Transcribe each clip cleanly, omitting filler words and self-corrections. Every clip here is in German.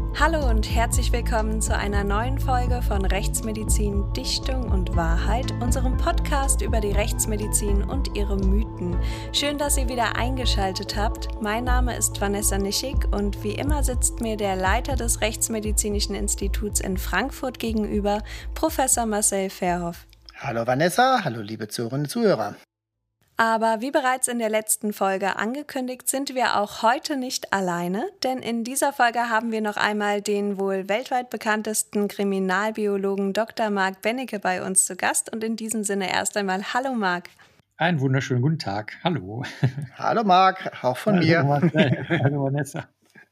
Hallo und herzlich willkommen zu einer neuen Folge von Rechtsmedizin, Dichtung und Wahrheit, unserem Podcast über die Rechtsmedizin und ihre Mythen. Schön, dass ihr wieder eingeschaltet habt. Mein Name ist Vanessa Nischig und wie immer sitzt mir der Leiter des Rechtsmedizinischen Instituts in Frankfurt gegenüber, Professor Marcel Verhoff. Hallo Vanessa, hallo liebe Zuhörerinnen und Zuhörer. Aber wie bereits in der letzten Folge angekündigt, sind wir auch heute nicht alleine, denn in dieser Folge haben wir noch einmal den wohl weltweit bekanntesten Kriminalbiologen Dr. Marc Benecke bei uns zu Gast und in diesem Sinne erst einmal Hallo Marc. Einen wunderschönen guten Tag. Hallo. Hallo Marc, auch von mir. Hallo Vanessa.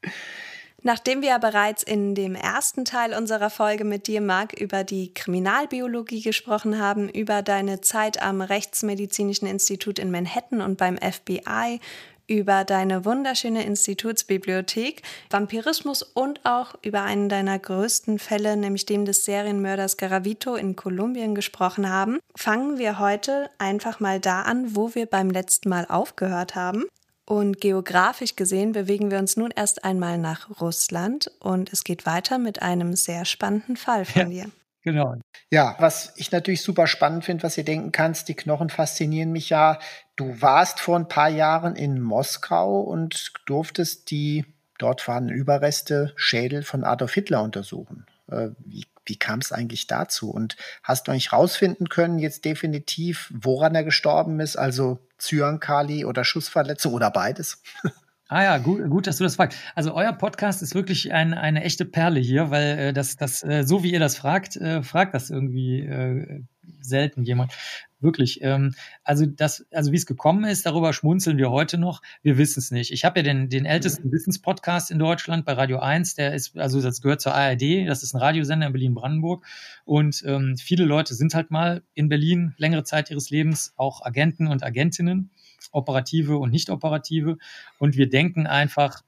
Nachdem wir bereits in dem ersten Teil unserer Folge mit dir, Marc, über die Kriminalbiologie gesprochen haben, über deine Zeit am Rechtsmedizinischen Institut in Manhattan und beim FBI, über deine wunderschöne Institutsbibliothek, Vampirismus und auch über einen deiner größten Fälle, nämlich dem des Serienmörders Garavito in Kolumbien gesprochen haben, fangen wir heute einfach mal da an, wo wir beim letzten Mal aufgehört haben. Und geografisch gesehen bewegen wir uns nun erst einmal nach Russland und es geht weiter mit einem sehr spannenden Fall von dir. Genau. Ja, was ich natürlich super spannend finde, was ihr denken kannst, die Knochen faszinieren mich ja. Du warst vor ein paar Jahren in Moskau und durftest die dort vorhandenen Überreste, Schädel von Adolf Hitler untersuchen. Wie kam es eigentlich dazu? Und hast du eigentlich rausfinden können, jetzt definitiv, woran er gestorben ist? Also Zyankali oder Schussverletzung oder beides? Ah ja, gut, dass du das fragst. Also euer Podcast ist wirklich eine echte Perle hier, weil so wie ihr das fragt das irgendwie selten jemand. Wirklich. Also wie es gekommen ist, darüber schmunzeln wir heute noch. Wir wissen es nicht. Ich habe ja den ältesten Wissenspodcast in Deutschland bei Radio 1. Das gehört zur ARD. Das ist ein Radiosender in Berlin-Brandenburg. Und viele Leute sind halt mal in Berlin längere Zeit ihres Lebens, auch Agenten und Agentinnen, operative und nicht operative. Und wir denken einfach,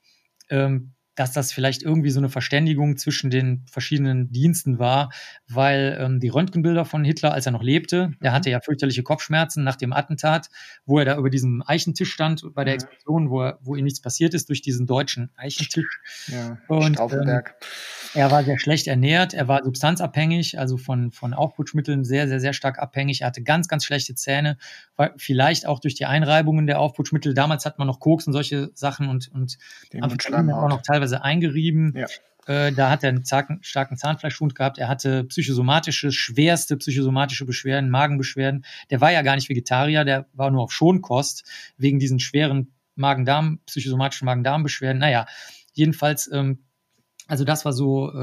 dass das vielleicht irgendwie so eine Verständigung zwischen den verschiedenen Diensten war, weil die Röntgenbilder von Hitler, als er noch lebte, der hatte ja fürchterliche Kopfschmerzen nach dem Attentat, wo er da über diesem Eichentisch stand bei der Explosion, wo ihm nichts passiert ist, durch diesen deutschen Eichentisch. Ja, und Stauffenberg. Er war sehr schlecht ernährt, er war substanzabhängig, also von Aufputschmitteln sehr, sehr, sehr stark abhängig. Er hatte ganz, ganz schlechte Zähne, vielleicht auch durch die Einreibungen der Aufputschmittel. Damals hat man noch Koks und solche Sachen und Amphetamin auch noch teilweise eingerieben. Ja. Da hat er einen starken Zahnfleischwund gehabt. Er hatte schwerste psychosomatische Beschwerden, Magenbeschwerden. Der war ja gar nicht Vegetarier, der war nur auf Schonkost wegen diesen schweren psychosomatischen Magen-Darm-Beschwerden. Naja, jedenfalls, also das war so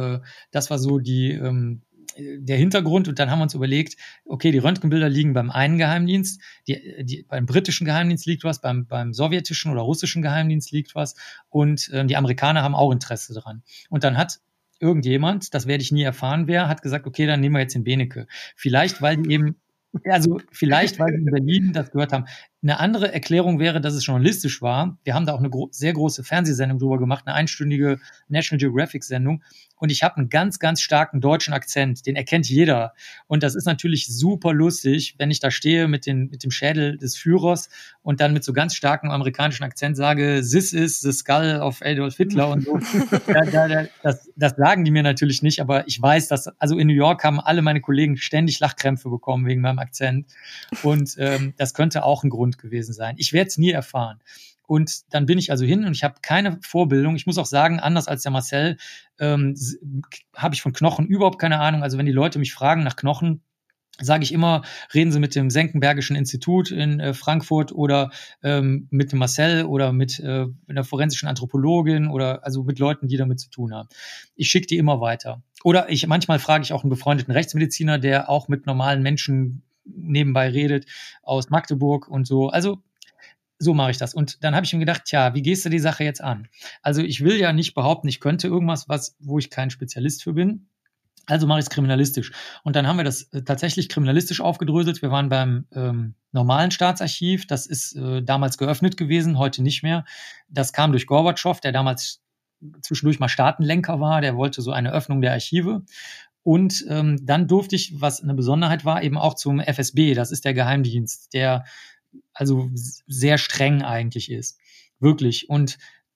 der Hintergrund. Und dann haben wir uns überlegt, okay, die Röntgenbilder liegen beim einen Geheimdienst, beim britischen Geheimdienst liegt was, beim sowjetischen oder russischen Geheimdienst liegt was und die Amerikaner haben auch Interesse dran. Und dann hat irgendjemand, das werde ich nie erfahren wer, hat gesagt, okay, dann nehmen wir jetzt den Benecke. Vielleicht, weil die in Berlin das gehört haben. Eine andere Erklärung wäre, dass es journalistisch war. Wir haben da auch eine sehr große Fernsehsendung drüber gemacht, eine einstündige National Geographic-Sendung. Und ich habe einen ganz, ganz starken deutschen Akzent. Den erkennt jeder. Und das ist natürlich super lustig, wenn ich da stehe mit dem Schädel des Führers und dann mit so ganz starkem amerikanischen Akzent sage, this is the skull of Adolf Hitler und so. Das sagen die mir natürlich nicht, aber ich weiß, dass, also in New York haben alle meine Kollegen ständig Lachkrämpfe bekommen wegen meinem Akzent. Und das könnte auch ein Grund gewesen sein. Ich werde es nie erfahren. Und dann bin ich also hin und ich habe keine Vorbildung. Ich muss auch sagen, anders als der Marcel, habe ich von Knochen überhaupt keine Ahnung. Also wenn die Leute mich fragen nach Knochen, sage ich immer, reden Sie mit dem Senckenbergischen Institut in Frankfurt oder mit dem Marcel oder mit einer forensischen Anthropologin oder also mit Leuten, die damit zu tun haben. Ich schicke die immer weiter. Oder manchmal frage ich auch einen befreundeten Rechtsmediziner, der auch mit normalen Menschen nebenbei redet, aus Magdeburg und so. Also so mache ich das. Und dann habe ich mir gedacht, tja, wie gehst du die Sache jetzt an? Also ich will ja nicht behaupten, ich könnte irgendwas, wo ich kein Spezialist für bin. Also mache ich es kriminalistisch. Und dann haben wir das tatsächlich kriminalistisch aufgedröselt. Wir waren beim normalen Staatsarchiv. Das ist damals geöffnet gewesen, heute nicht mehr. Das kam durch Gorbatschow, der damals zwischendurch mal Staatenlenker war. Der wollte so eine Öffnung der Archive. Und dann durfte ich, was eine Besonderheit war, eben auch zum FSB. Das ist der Geheimdienst, der also sehr streng eigentlich ist. Wirklich. Und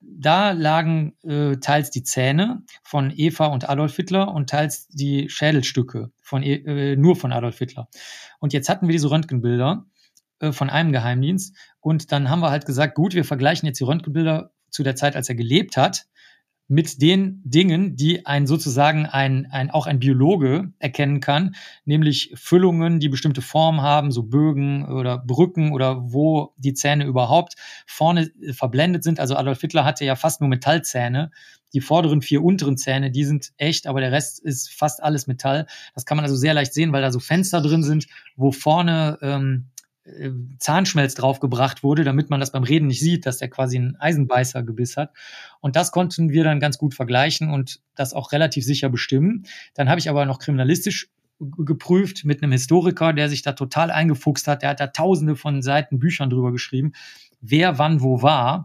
da lagen teils die Zähne von Eva und Adolf Hitler und teils die Schädelstücke nur von Adolf Hitler. Und jetzt hatten wir diese Röntgenbilder von einem Geheimdienst und dann haben wir halt gesagt, gut, wir vergleichen jetzt die Röntgenbilder zu der Zeit, als er gelebt hat, mit den Dingen, die sozusagen auch ein Biologe erkennen kann, nämlich Füllungen, die bestimmte Formen haben, so Bögen oder Brücken oder wo die Zähne überhaupt vorne verblendet sind. Also Adolf Hitler hatte ja fast nur Metallzähne. Die vorderen 4 unteren Zähne, die sind echt, aber der Rest ist fast alles Metall. Das kann man also sehr leicht sehen, weil da so Fenster drin sind, wo vorne Zahnschmelz draufgebracht wurde, damit man das beim Reden nicht sieht, dass der quasi einen Eisenbeißergebiss hat. Und das konnten wir dann ganz gut vergleichen und das auch relativ sicher bestimmen. Dann habe ich aber noch kriminalistisch geprüft mit einem Historiker, der sich da total eingefuchst hat. Der hat da tausende von Seiten Büchern drüber geschrieben, wer wann wo war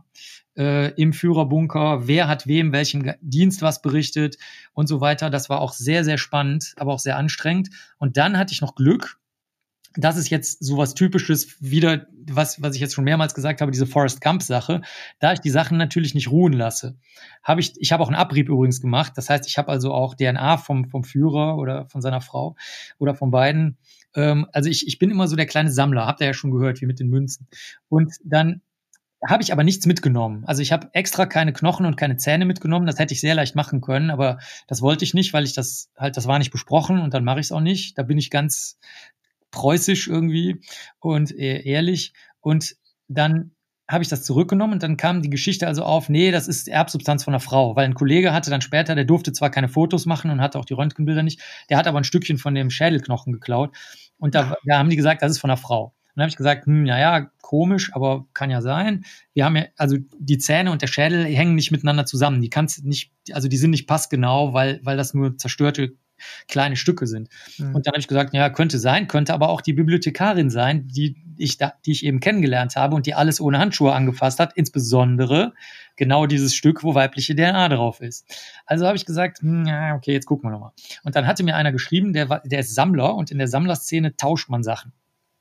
im Führerbunker, wer hat wem welchem Dienst was berichtet und so weiter. Das war auch sehr, sehr spannend, aber auch sehr anstrengend. Und dann hatte ich noch Glück. Das ist jetzt sowas Typisches wieder, was ich jetzt schon mehrmals gesagt habe, diese Forrest Gump-Sache. Da ich die Sachen natürlich nicht ruhen lasse, ich habe auch einen Abrieb übrigens gemacht. Das heißt, ich habe also auch DNA vom Führer oder von seiner Frau oder von beiden. Also ich bin immer so der kleine Sammler, habt ihr ja schon gehört, wie mit den Münzen. Und dann habe ich aber nichts mitgenommen. Also ich habe extra keine Knochen und keine Zähne mitgenommen. Das hätte ich sehr leicht machen können, aber das wollte ich nicht, weil das war nicht besprochen und dann mache ich es auch nicht. Da bin ich ganz preußisch irgendwie und ehrlich. Und dann habe ich das zurückgenommen und dann kam die Geschichte also auf, nee, das ist Erbsubstanz von einer Frau, weil ein Kollege hatte dann später, der durfte zwar keine Fotos machen und hatte auch die Röntgenbilder nicht, der hat aber ein Stückchen von dem Schädelknochen geklaut und da haben die gesagt, das ist von einer Frau. Und dann habe ich gesagt, ja, komisch, aber kann ja sein. Wir haben ja, also die Zähne und der Schädel hängen nicht miteinander zusammen. Die sind nicht passgenau, weil das nur zerstörte kleine Stücke sind. Mhm. Und dann habe ich gesagt, ja, könnte sein, könnte aber auch die Bibliothekarin sein, die ich eben kennengelernt habe und die alles ohne Handschuhe angefasst hat, insbesondere genau dieses Stück, wo weibliche DNA drauf ist. Also habe ich gesagt, okay, jetzt gucken wir nochmal. Und dann hatte mir einer geschrieben, der ist Sammler und in der Sammlerszene tauscht man Sachen.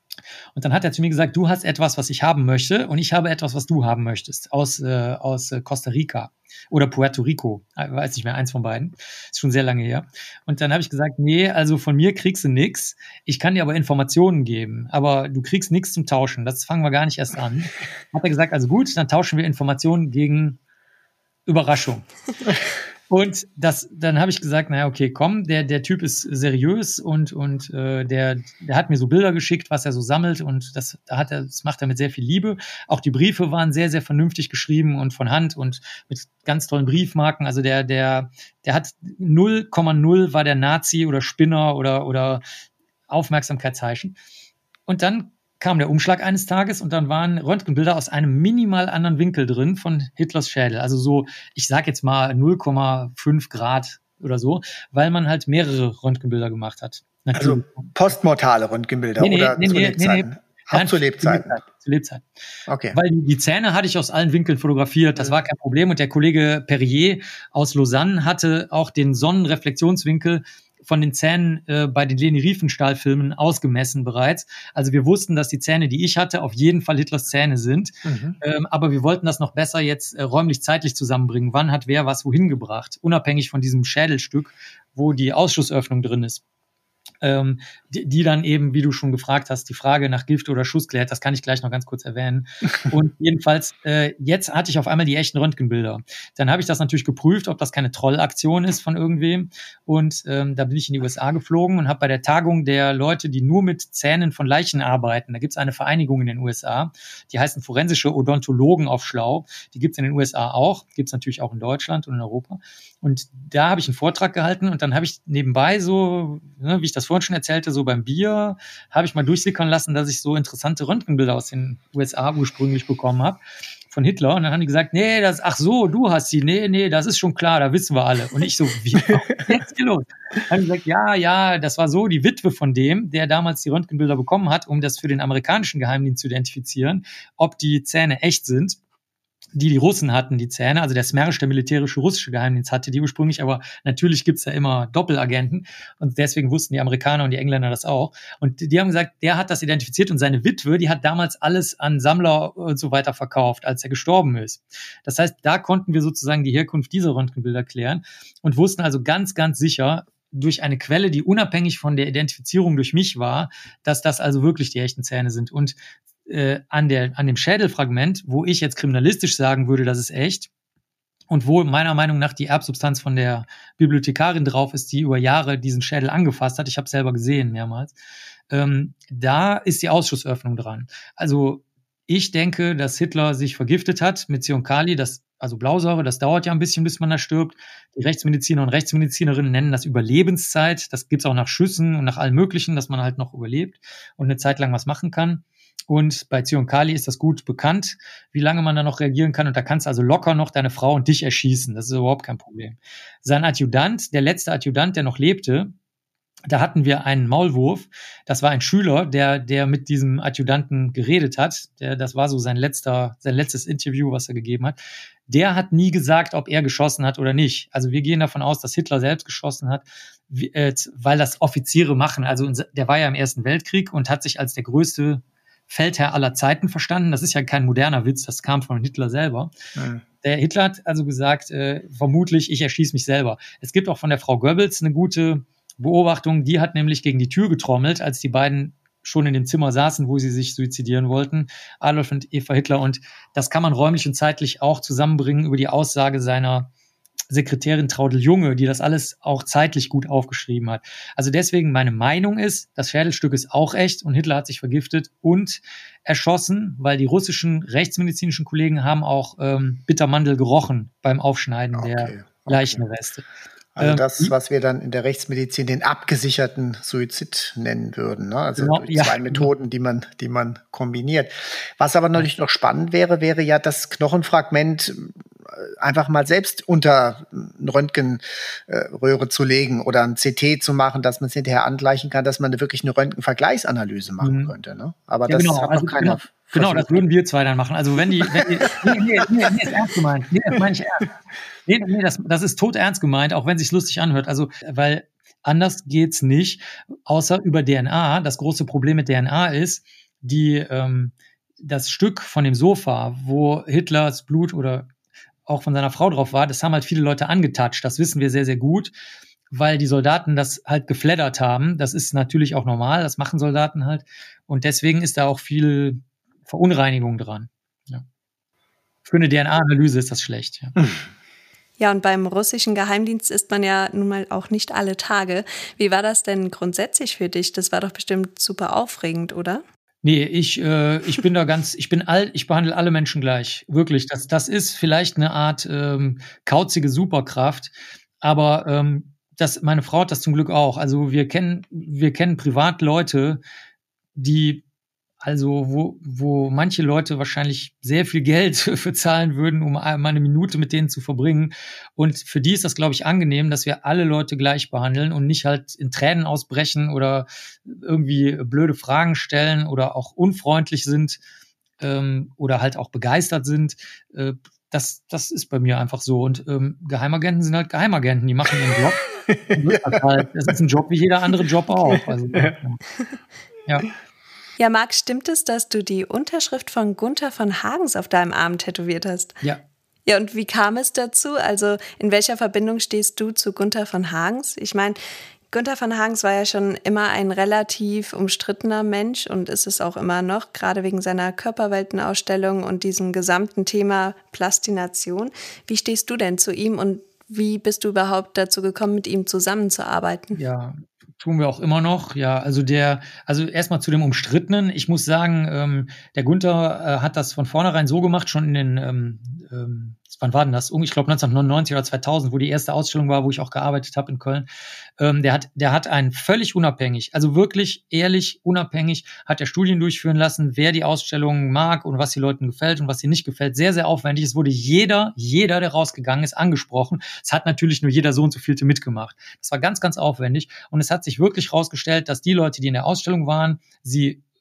Und dann hat er zu mir gesagt, du hast etwas, was ich haben möchte und ich habe etwas, was du haben möchtest, aus Costa Rica oder Puerto Rico, weiß nicht mehr, eins von beiden, ist schon sehr lange her. Und dann habe ich gesagt, nee, also von mir kriegst du nix, ich kann dir aber Informationen geben, aber du kriegst nichts zum Tauschen, das fangen wir gar nicht erst an. Hat er gesagt, also gut, dann tauschen wir Informationen gegen Überraschung. Und dann habe ich gesagt, naja, okay, komm, der Typ ist seriös und der hat mir so Bilder geschickt, was er so sammelt und das macht er mit sehr viel Liebe. Auch die Briefe waren sehr, sehr vernünftig geschrieben und von Hand und mit ganz tollen Briefmarken. Also der hat 0,0 war der Nazi oder Spinner oder Aufmerksamkeitszeichen. Und dann kam der Umschlag eines Tages und dann waren Röntgenbilder aus einem minimal anderen Winkel drin von Hitlers Schädel. Also so, ich sag jetzt mal 0,5 Grad oder so, weil man halt mehrere Röntgenbilder gemacht hat. Natürlich. Also postmortale Röntgenbilder oder zu Lebzeiten? Auch zu Lebzeiten? Zu Lebzeiten. Okay. Weil die Zähne hatte ich aus allen Winkeln fotografiert, das war kein Problem. Und der Kollege Perrier aus Lausanne hatte auch den Sonnenreflexionswinkel von den Zähnen bei den Leni Riefenstahl-Filmen ausgemessen bereits. Also wir wussten, dass die Zähne, die ich hatte, auf jeden Fall Hitlers Zähne sind. Aber wir wollten das noch besser jetzt räumlich-zeitlich zusammenbringen. Wann hat wer was wohin gebracht? Unabhängig von diesem Schädelstück, wo die Ausschussöffnung drin ist. Die dann eben, wie du schon gefragt hast, die Frage nach Gift oder Schuss klärt, das kann ich gleich noch ganz kurz erwähnen. Und jedenfalls, jetzt hatte ich auf einmal die echten Röntgenbilder. Dann habe ich das natürlich geprüft, ob das keine Trollaktion ist von irgendwem. Und da bin ich in die USA geflogen und habe bei der Tagung der Leute, die nur mit Zähnen von Leichen arbeiten, da gibt es eine Vereinigung in den USA, die heißen forensische Odontologen auf Schlau. Die gibt es in den USA auch, gibt es natürlich auch in Deutschland und in Europa. Und da habe ich einen Vortrag gehalten und dann habe ich nebenbei so, wie ich das vorhin schon erzählte, so beim Bier, habe ich mal durchsickern lassen, dass ich so interessante Röntgenbilder aus den USA ursprünglich bekommen habe von Hitler. Und dann haben die gesagt, nee, ach so, du hast die, nee, das ist schon klar, da wissen wir alle. Und ich so, wie jetzt hier los? Dann haben die gesagt, ja, das war so die Witwe von dem, der damals die Röntgenbilder bekommen hat, um das für den amerikanischen Geheimdienst zu identifizieren, ob die Zähne echt sind. die Russen hatten, die Zähne, also der Smersh, der militärische russische Geheimdienst hatte die ursprünglich, aber natürlich gibt's ja immer Doppelagenten und deswegen wussten die Amerikaner und die Engländer das auch. Und die haben gesagt, der hat das identifiziert und seine Witwe, die hat damals alles an Sammler und so weiter verkauft, als er gestorben ist. Das heißt, da konnten wir sozusagen die Herkunft dieser Röntgenbilder klären und wussten also ganz, ganz sicher, durch eine Quelle, die unabhängig von der Identifizierung durch mich war, dass das also wirklich die echten Zähne sind. Und an dem Schädelfragment, wo ich jetzt kriminalistisch sagen würde, das ist echt, und wo meiner Meinung nach die Erbsubstanz von der Bibliothekarin drauf ist, die über Jahre diesen Schädel angefasst hat, ich habe es selber gesehen mehrmals, da ist die Ausschussöffnung dran. Also ich denke, dass Hitler sich vergiftet hat mit Zyankali, also Blausäure, das dauert ja ein bisschen, bis man da stirbt. Die Rechtsmediziner und Rechtsmedizinerinnen nennen das Überlebenszeit. Das gibt's auch nach Schüssen und nach allem Möglichen, dass man halt noch überlebt und eine Zeit lang was machen kann. Und bei Zyankali ist das gut bekannt, wie lange man da noch reagieren kann. Und da kannst du also locker noch deine Frau und dich erschießen. Das ist überhaupt kein Problem. Sein Adjutant, der letzte Adjutant, der noch lebte, da hatten wir einen Maulwurf. Das war ein Schüler, der mit diesem Adjutanten geredet hat. Das war so sein letztes Interview, was er gegeben hat. Der hat nie gesagt, ob er geschossen hat oder nicht. Also wir gehen davon aus, dass Hitler selbst geschossen hat, weil das Offiziere machen. Also der war ja im Ersten Weltkrieg und hat sich als der größte Feldherr aller Zeiten verstanden. Das ist ja kein moderner Witz, das kam von Hitler selber. Mhm. Der Hitler hat also gesagt, vermutlich, ich erschieße mich selber. Es gibt auch von der Frau Goebbels eine gute Beobachtung, die hat nämlich gegen die Tür getrommelt, als die beiden schon in dem Zimmer saßen, wo sie sich suizidieren wollten, Adolf und Eva Hitler. Und das kann man räumlich und zeitlich auch zusammenbringen über die Aussage seiner Sekretärin Traudl Junge, die das alles auch zeitlich gut aufgeschrieben hat. Also deswegen meine Meinung ist, das Schädelstück ist auch echt und Hitler hat sich vergiftet und erschossen, weil die russischen rechtsmedizinischen Kollegen haben auch Bittermandel gerochen beim Aufschneiden der Leichenreste. Also das, was wir dann in der Rechtsmedizin den abgesicherten Suizid nennen würden. Ne? Also genau, durch zwei Methoden, die man kombiniert. Was aber natürlich noch spannend wäre ja das Knochenfragment einfach mal selbst unter eine Röntgenröhre zu legen oder ein CT zu machen, dass man es hinterher angleichen kann, dass man wirklich eine Röntgenvergleichsanalyse machen könnte. Ne? Aber ja, das hat noch keiner. Genau, das würden wir zwei dann machen. Also wenn die nee, ist ernst gemeint. Nee, das meine ich ernst. Nee, das ist todernst gemeint, auch wenn es sich lustig anhört. Also, weil anders geht's nicht, außer über DNA. Das große Problem mit DNA ist, das Stück von dem Sofa, wo Hitlers Blut oder auch von seiner Frau drauf war, das haben halt viele Leute angetatscht. Das wissen wir sehr, sehr gut, weil die Soldaten das halt geflattert haben. Das ist natürlich auch normal, das machen Soldaten halt. Und deswegen ist da auch viel Verunreinigung dran. Ja. Für eine DNA-Analyse ist das schlecht. Ja. Ja, und beim russischen Geheimdienst ist man ja nun mal auch nicht alle Tage. Wie war das denn grundsätzlich für dich? Das war doch bestimmt super aufregend, oder? Nee, ich behandle alle Menschen gleich. Wirklich. Das ist vielleicht eine Art kauzige Superkraft, aber meine Frau hat das zum Glück auch. Also wir kennen privat Leute, die wo manche Leute wahrscheinlich sehr viel Geld für zahlen würden, um mal eine Minute mit denen zu verbringen. Und für die ist das, glaube ich, angenehm, dass wir alle Leute gleich behandeln und nicht halt in Tränen ausbrechen oder irgendwie blöde Fragen stellen oder auch unfreundlich sind oder halt auch begeistert sind. Das ist bei mir einfach so. Und Geheimagenten sind halt Geheimagenten, die machen ihren Job. Das ist ein Job wie jeder andere Job auch. Also, ja. Ja, Marc, stimmt es, dass du die Unterschrift von Gunther von Hagens auf deinem Arm tätowiert hast? Ja. Ja, und wie kam es dazu? Also in welcher Verbindung stehst du zu Gunther von Hagens? Ich meine, Gunther von Hagens war ja schon immer ein relativ umstrittener Mensch und ist es auch immer noch, gerade wegen seiner Körperweltenausstellung und diesem gesamten Thema Plastination. Wie stehst du denn zu ihm und wie bist du überhaupt dazu gekommen, mit ihm zusammenzuarbeiten? Ja, tun wir auch immer noch. Ja, also erstmal zu dem Umstrittenen. Ich muss sagen, der Gunther hat das von vornherein so gemacht, schon in den, wann war denn das? Ich glaube 1999 oder 2000, wo die erste Ausstellung war, wo ich auch gearbeitet habe in Köln. Der hat einen völlig unabhängig, also wirklich ehrlich unabhängig, hat er Studien durchführen lassen, wer die Ausstellung mag und was die Leuten gefällt und was sie nicht gefällt. Sehr, sehr aufwendig. Es wurde jeder, der rausgegangen ist, angesprochen. Es hat natürlich nur jeder so und so vielte mitgemacht. Das war ganz, ganz aufwendig und es hat sich wirklich rausgestellt, dass die Leute, die in der Ausstellung waren, sie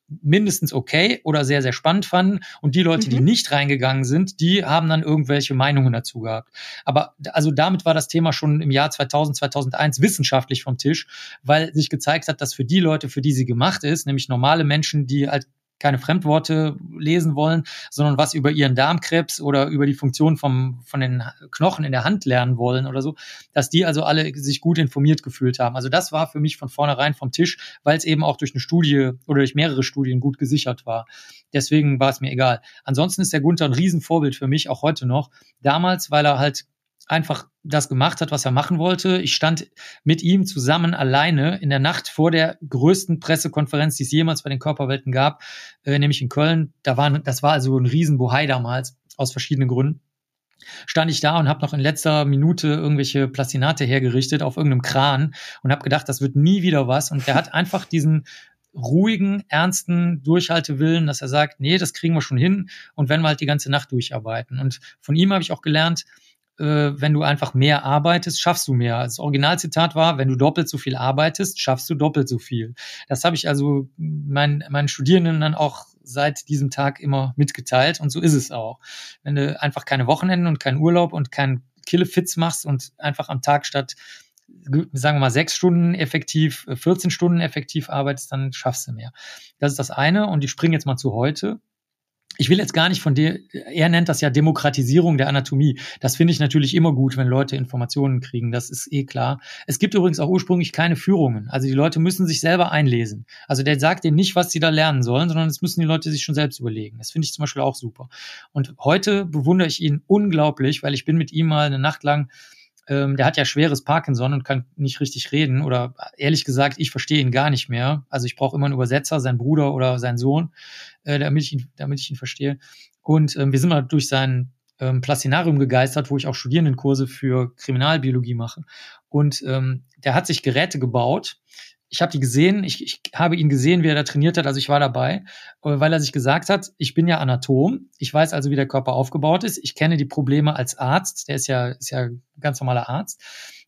mindestens okay oder sehr, sehr spannend fanden. Und die Leute, die nicht reingegangen sind, die haben dann irgendwelche Meinungen dazu gehabt. Aber also damit war das Thema schon im Jahr 2000, 2001 wissenschaftlich vom Tisch, weil sich gezeigt hat, dass für die Leute, für die sie gemacht ist, nämlich normale Menschen, die halt keine Fremdworte lesen wollen, sondern was über ihren Darmkrebs oder über die Funktion von den Knochen in der Hand lernen wollen oder so, dass die also alle sich gut informiert gefühlt haben. Also das war für mich von vornherein vom Tisch, weil es eben auch durch eine Studie oder durch mehrere Studien gut gesichert war. Deswegen war es mir egal. Ansonsten ist der Gunther ein Riesenvorbild für mich, auch heute noch. Damals, weil er halt einfach das gemacht hat, was er machen wollte. Ich stand mit ihm zusammen alleine in der Nacht vor der größten Pressekonferenz, die es jemals bei den Körperwelten gab, nämlich in Köln. Das war also ein Riesenbohai damals, aus verschiedenen Gründen. Stand ich da und habe noch in letzter Minute irgendwelche Plastinate hergerichtet auf irgendeinem Kran und habe gedacht, das wird nie wieder was. Und der hat einfach diesen ruhigen, ernsten Durchhaltewillen, dass er sagt, nee, das kriegen wir schon hin und wenn wir halt die ganze Nacht durcharbeiten. Und von ihm habe ich auch gelernt, wenn du einfach mehr arbeitest, schaffst du mehr. Das Originalzitat war, wenn du doppelt so viel arbeitest, schaffst du doppelt so viel. Das habe ich also meinen Studierenden dann auch seit diesem Tag immer mitgeteilt und so ist es auch. Wenn du einfach keine Wochenenden und keinen Urlaub und keinen Killefits machst und einfach am Tag statt, sagen wir mal, 6 Stunden effektiv, 14 Stunden effektiv arbeitest, dann schaffst du mehr. Das ist das eine und ich springe jetzt mal zu heute. Ich will jetzt gar nicht von dir, er nennt das ja Demokratisierung der Anatomie. Das finde ich natürlich immer gut, wenn Leute Informationen kriegen, das ist eh klar. Es gibt übrigens auch ursprünglich keine Führungen. Also die Leute müssen sich selber einlesen. Also der sagt denen nicht, was sie da lernen sollen, sondern das müssen die Leute sich schon selbst überlegen. Das finde ich zum Beispiel auch super. Und heute bewundere ich ihn unglaublich, weil ich bin mit ihm mal eine Nacht lang, der hat ja schweres Parkinson und kann nicht richtig reden oder ehrlich gesagt, ich verstehe ihn gar nicht mehr. Also ich brauche immer einen Übersetzer, sein Bruder oder sein Sohn, damit ich ihn verstehe. Und wir sind mal durch sein Plastinarium gegeistert, wo ich auch Studierendenkurse für Kriminalbiologie mache. Und der hat sich Geräte gebaut. Ich habe die gesehen, ich habe ihn gesehen, wie er da trainiert hat, also ich war dabei, weil er sich gesagt hat, ich bin ja Anatom, ich weiß also, wie der Körper aufgebaut ist, ich kenne die Probleme als Arzt, der ist ja ein ganz normaler Arzt,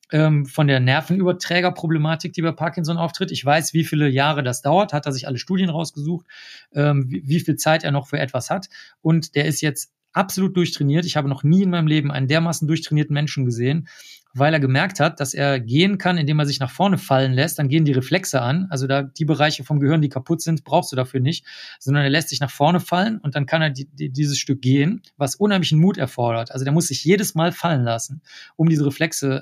von der Nervenüberträgerproblematik, die bei Parkinson auftritt. Ich weiß, wie viele Jahre das dauert, hat er sich alle Studien rausgesucht, wie viel Zeit er noch für etwas hat und der ist jetzt absolut durchtrainiert. Ich habe noch nie in meinem Leben einen dermaßen durchtrainierten Menschen gesehen, weil er gemerkt hat, dass er gehen kann, indem er sich nach vorne fallen lässt. Dann gehen die Reflexe an. Also da die Bereiche vom Gehirn, die kaputt sind, brauchst du dafür nicht, sondern er lässt sich nach vorne fallen und dann kann er dieses Stück gehen, was unheimlichen Mut erfordert. Also der muss sich jedes Mal fallen lassen, um diese Reflexe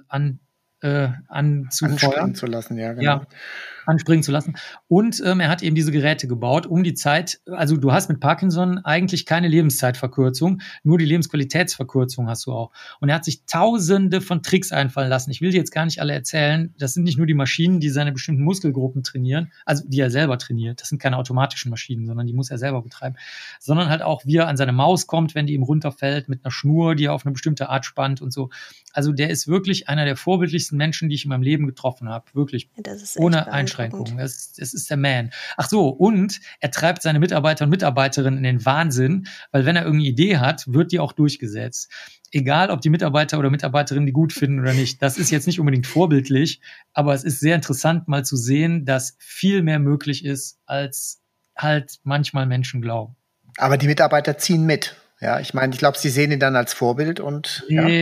anspringen zu lassen, ja, genau. Ja, anspringen zu lassen. Und er hat eben diese Geräte gebaut, um die Zeit, also du hast mit Parkinson eigentlich keine Lebenszeitverkürzung, nur die Lebensqualitätsverkürzung hast du auch. Und er hat sich tausende von Tricks einfallen lassen. Ich will die jetzt gar nicht alle erzählen. Das sind nicht nur die Maschinen, die seine bestimmten Muskelgruppen trainieren, also die er selber trainiert. Das sind keine automatischen Maschinen, sondern die muss er selber betreiben. Sondern halt auch, wie er an seine Maus kommt, wenn die ihm runterfällt, mit einer Schnur, die er auf eine bestimmte Art spannt und so. Also der ist wirklich einer der vorbildlichsten Menschen, die ich in meinem Leben getroffen habe. Wirklich. Ohne Einschränkung. Es ist der Man. Ach so, und er treibt seine Mitarbeiter und Mitarbeiterinnen in den Wahnsinn, weil wenn er irgendeine Idee hat, wird die auch durchgesetzt. Egal, ob die Mitarbeiter oder Mitarbeiterinnen die gut finden oder nicht. Das ist jetzt nicht unbedingt vorbildlich, aber es ist sehr interessant, mal zu sehen, dass viel mehr möglich ist, als halt manchmal Menschen glauben. Aber die Mitarbeiter ziehen mit. Ja, ich meine, ich glaube, sie sehen ihn dann als Vorbild und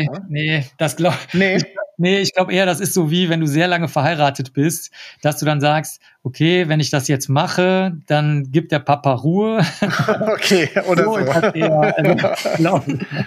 ich glaube eher, das ist so wie, wenn du sehr lange verheiratet bist, dass du dann sagst, okay, wenn ich das jetzt mache, dann gibt der Papa Ruhe. Okay, oder so.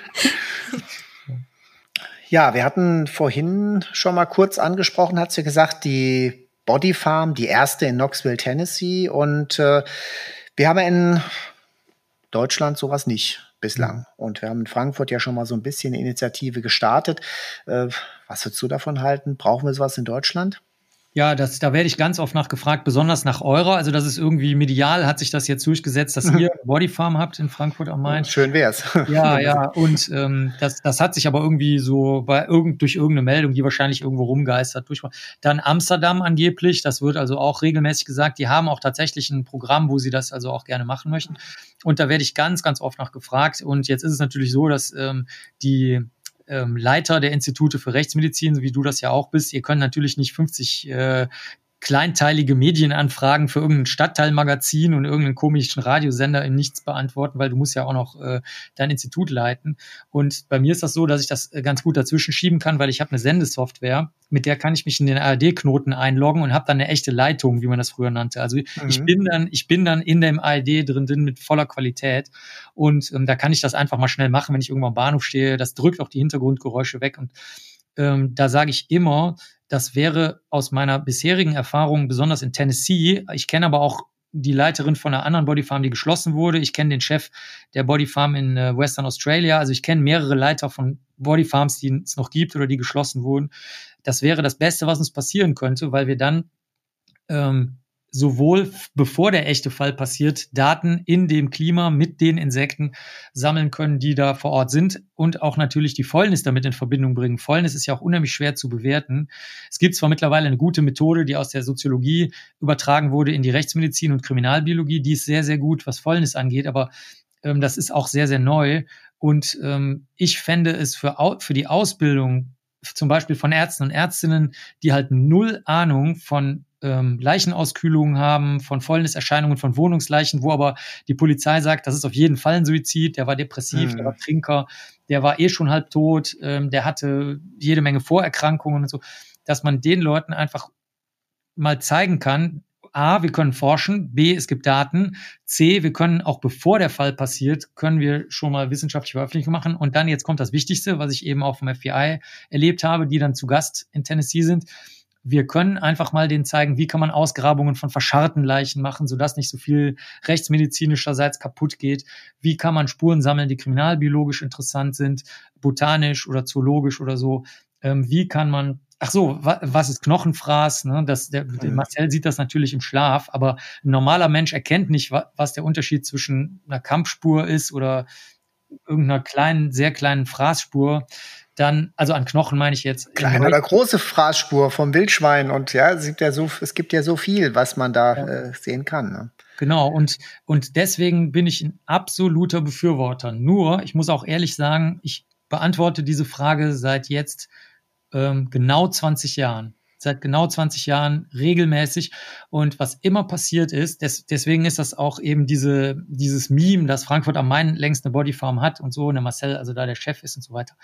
Ja, wir hatten vorhin schon mal kurz angesprochen, hast du gesagt, die Body Farm, die erste in Knoxville, Tennessee. Und wir haben in Deutschland sowas nicht bislang. Und wir haben in Frankfurt ja schon mal so ein bisschen eine Initiative gestartet. Was würdest du davon halten? Brauchen wir sowas in Deutschland? Ja, da werde ich ganz oft nachgefragt, besonders nach eurer. Also das ist irgendwie medial, hat sich das jetzt durchgesetzt, dass ihr eine Bodyfarm habt in Frankfurt am Main. Schön wär's. Ja. Und das hat sich aber irgendwie so durch irgendeine Meldung, die wahrscheinlich irgendwo rumgeistert, dann Amsterdam angeblich, das wird also auch regelmäßig gesagt, die haben auch tatsächlich ein Programm, wo sie das also auch gerne machen möchten. Und da werde ich ganz, ganz oft nachgefragt. Und jetzt ist es natürlich so, dass die Leiter der Institute für Rechtsmedizin, wie du das ja auch bist, ihr könnt natürlich nicht 50 kleinteilige Medienanfragen für irgendein Stadtteilmagazin und irgendeinen komischen Radiosender in nichts beantworten, weil du musst ja auch noch dein Institut leiten. Und bei mir ist das so, dass ich das ganz gut dazwischen schieben kann, weil ich habe eine Sendesoftware, mit der kann ich mich in den ARD-Knoten einloggen und habe dann eine echte Leitung, wie man das früher nannte. Also ich bin dann in dem ARD drin mit voller Qualität und da kann ich das einfach mal schnell machen, wenn ich irgendwo am Bahnhof stehe. Das drückt auch die Hintergrundgeräusche weg und da sage ich immer, das wäre aus meiner bisherigen Erfahrung, besonders in Tennessee, ich kenne aber auch die Leiterin von einer anderen Bodyfarm, die geschlossen wurde. Ich kenne den Chef der Bodyfarm in Western Australia. Also ich kenne mehrere Leiter von Bodyfarms, die es noch gibt oder die geschlossen wurden. Das wäre das Beste, was uns passieren könnte, weil wir dann sowohl bevor der echte Fall passiert, Daten in dem Klima mit den Insekten sammeln können, die da vor Ort sind und auch natürlich die Fäulnis damit in Verbindung bringen. Fäulnis ist ja auch unheimlich schwer zu bewerten. Es gibt zwar mittlerweile eine gute Methode, die aus der Soziologie übertragen wurde in die Rechtsmedizin und Kriminalbiologie, die ist sehr, sehr gut, was Fäulnis angeht, aber das ist auch sehr, sehr neu und ich fände es für die Ausbildung zum Beispiel von Ärzten und Ärztinnen, die halt null Ahnung von Leichenausköhlungen haben, von Fäulniserscheinungen, von Wohnungsleichen, wo aber die Polizei sagt, das ist auf jeden Fall ein Suizid, der war depressiv, der war Trinker, der war schon halb tot, der hatte jede Menge Vorerkrankungen und so, dass man den Leuten einfach mal zeigen kann, A, wir können forschen, B, es gibt Daten, C, wir können auch bevor der Fall passiert, können wir schon mal wissenschaftliche Veröffentlichungen machen und dann jetzt kommt das Wichtigste, was ich eben auch vom FBI erlebt habe, die dann zu Gast in Tennessee sind. Wir können einfach mal denen zeigen, wie kann man Ausgrabungen von verscharrten Leichen machen, sodass nicht so viel rechtsmedizinischerseits kaputt geht. Wie kann man Spuren sammeln, die kriminalbiologisch interessant sind, botanisch oder zoologisch oder so. Wie kann man, was ist Knochenfraß? Ne? Der Marcel sieht das natürlich im Schlaf, aber ein normaler Mensch erkennt nicht, was der Unterschied zwischen einer Kampfspur ist oder irgendeiner sehr kleinen Fraßspur. Dann, also an Knochen meine ich jetzt. Kleine oder große Fraßspur vom Wildschwein und ja, es gibt ja so viel, was man da sehen kann. Ne? Genau, und deswegen bin ich ein absoluter Befürworter. Nur, ich muss auch ehrlich sagen, ich beantworte diese Frage seit jetzt genau 20 Jahren. Seit genau 20 Jahren regelmäßig. Und was immer passiert ist, deswegen ist das auch eben dieses Meme, dass Frankfurt am Main längst eine Bodyfarm hat und so, und der Marcel, also da der Chef ist und so weiter.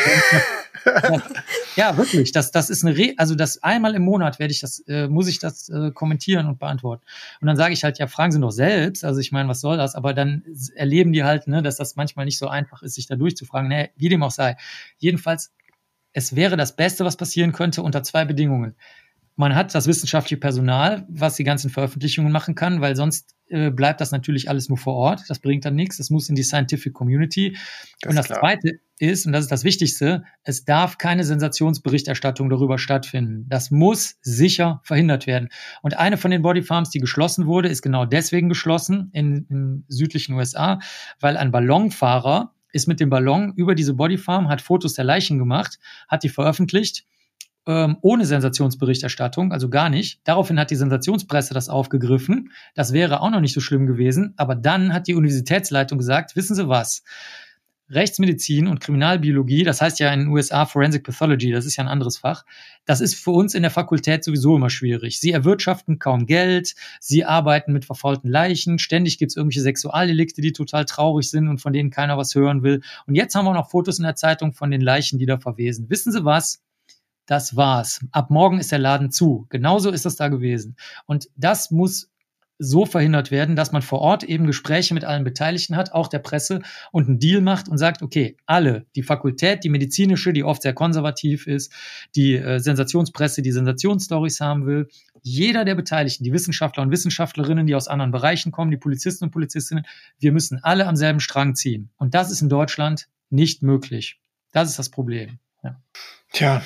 Ja, wirklich. Das ist also das einmal im Monat muss ich das kommentieren und beantworten. Und dann sage ich halt, ja, fragen Sie doch selbst. Also ich meine, was soll das? Aber dann erleben die halt, ne, dass das manchmal nicht so einfach ist, sich da durchzufragen. Nee, wie dem auch sei. Jedenfalls, es wäre das Beste, was passieren könnte, unter 2 Bedingungen. Man hat das wissenschaftliche Personal, was die ganzen Veröffentlichungen machen kann, weil sonst bleibt das natürlich alles nur vor Ort. Das bringt dann nichts. Das muss in die Scientific Community. Und das Zweite ist, und das ist das Wichtigste, es darf keine Sensationsberichterstattung darüber stattfinden. Das muss sicher verhindert werden. Und eine von den Bodyfarms, die geschlossen wurde, ist genau deswegen geschlossen in südlichen USA, weil ein Ballonfahrer ist mit dem Ballon über diese Bodyfarm, hat Fotos der Leichen gemacht, hat die veröffentlicht, ohne Sensationsberichterstattung, also gar nicht. Daraufhin hat die Sensationspresse das aufgegriffen. Das wäre auch noch nicht so schlimm gewesen. Aber dann hat die Universitätsleitung gesagt, wissen Sie was? Rechtsmedizin und Kriminalbiologie, das heißt ja in den USA Forensic Pathology, das ist ja ein anderes Fach, das ist für uns in der Fakultät sowieso immer schwierig. Sie erwirtschaften kaum Geld, sie arbeiten mit verfaulten Leichen, ständig gibt es irgendwelche Sexualdelikte, die total traurig sind und von denen keiner was hören will. Und jetzt haben wir noch Fotos in der Zeitung von den Leichen, die da verwesen. Wissen Sie was? Das war's. Ab morgen ist der Laden zu. Genauso ist das da gewesen. Und das muss so verhindert werden, dass man vor Ort eben Gespräche mit allen Beteiligten hat, auch der Presse, und einen Deal macht und sagt, okay, alle, die Fakultät, die medizinische, die oft sehr konservativ ist, die Sensationspresse, die Sensationsstories haben will, jeder der Beteiligten, die Wissenschaftler und Wissenschaftlerinnen, die aus anderen Bereichen kommen, die Polizisten und Polizistinnen, wir müssen alle am selben Strang ziehen. Und das ist in Deutschland nicht möglich. Das ist das Problem. Ja. Tja,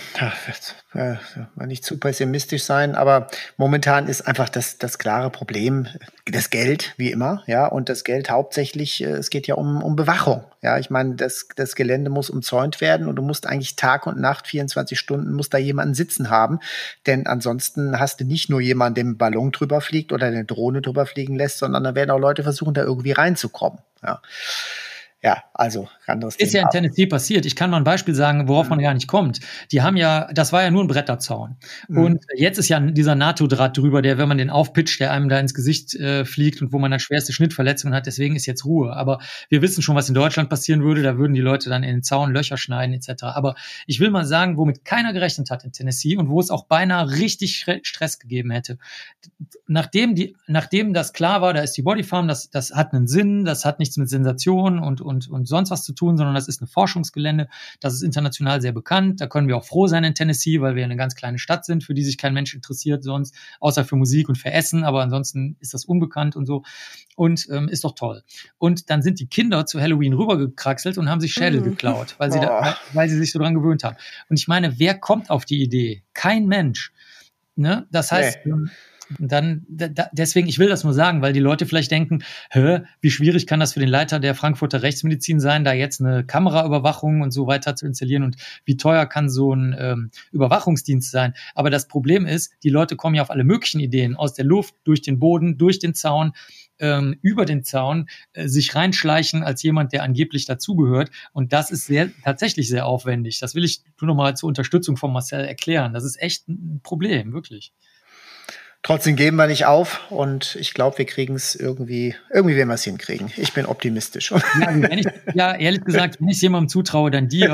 mal nicht zu pessimistisch sein, aber momentan ist einfach das klare Problem das Geld, wie immer, ja, und das Geld hauptsächlich, es geht ja um Bewachung, ja, ich meine, das Gelände muss umzäunt werden und du musst eigentlich Tag und Nacht, 24 Stunden, muss da jemanden sitzen haben, denn ansonsten hast du nicht nur jemanden, der mit dem Ballon drüber fliegt oder eine Drohne drüber fliegen lässt, sondern da werden auch Leute versuchen, da irgendwie reinzukommen, ja. ja, also anderes Ist Thema. ja in Tennessee passiert. Ich kann mal ein Beispiel sagen, worauf man gar nicht kommt. Die haben ja, das war ja nur ein Bretterzaun. Und jetzt ist ja dieser NATO-Draht drüber, der, wenn man den aufpitcht, der einem da ins Gesicht fliegt und wo man dann schwerste Schnittverletzungen hat. Deswegen ist jetzt Ruhe. Aber wir wissen schon, was in Deutschland passieren würde. Da würden die Leute dann in den Zaun Löcher schneiden etc. Aber ich will mal sagen, womit keiner gerechnet hat in Tennessee und wo es auch beinahe richtig Stress gegeben hätte. Nachdem das klar war, da ist die Bodyfarm, das hat einen Sinn, das hat nichts mit Sensation und sonst was zu tun, sondern das ist ein Forschungsgelände, das ist international sehr bekannt, da können wir auch froh sein in Tennessee, weil wir eine ganz kleine Stadt sind, für die sich kein Mensch interessiert sonst, außer für Musik und für Essen, aber ansonsten ist das unbekannt und so und ist doch toll. Und dann sind die Kinder zu Halloween rübergekraxelt und haben sich Schädel geklaut, weil sie sich so dran gewöhnt haben. Und ich meine, wer kommt auf die Idee? Kein Mensch. Ne? Das heißt, deswegen, ich will das nur sagen, weil die Leute vielleicht denken, wie schwierig kann das für den Leiter der Frankfurter Rechtsmedizin sein, da jetzt eine Kameraüberwachung und so weiter zu installieren und wie teuer kann so ein Überwachungsdienst sein. Aber das Problem ist, die Leute kommen ja auf alle möglichen Ideen, aus der Luft, durch den Boden, durch den Zaun, über den Zaun, sich reinschleichen als jemand, der angeblich dazugehört. Und das ist tatsächlich sehr aufwendig. Das will ich nur noch mal zur Unterstützung von Marcel erklären. Das ist echt ein Problem, wirklich. Trotzdem geben wir nicht auf und ich glaube, wir kriegen es irgendwie werden wir es hinkriegen. Ich bin optimistisch. Ja, ehrlich gesagt, wenn ich jemandem zutraue, dann dir,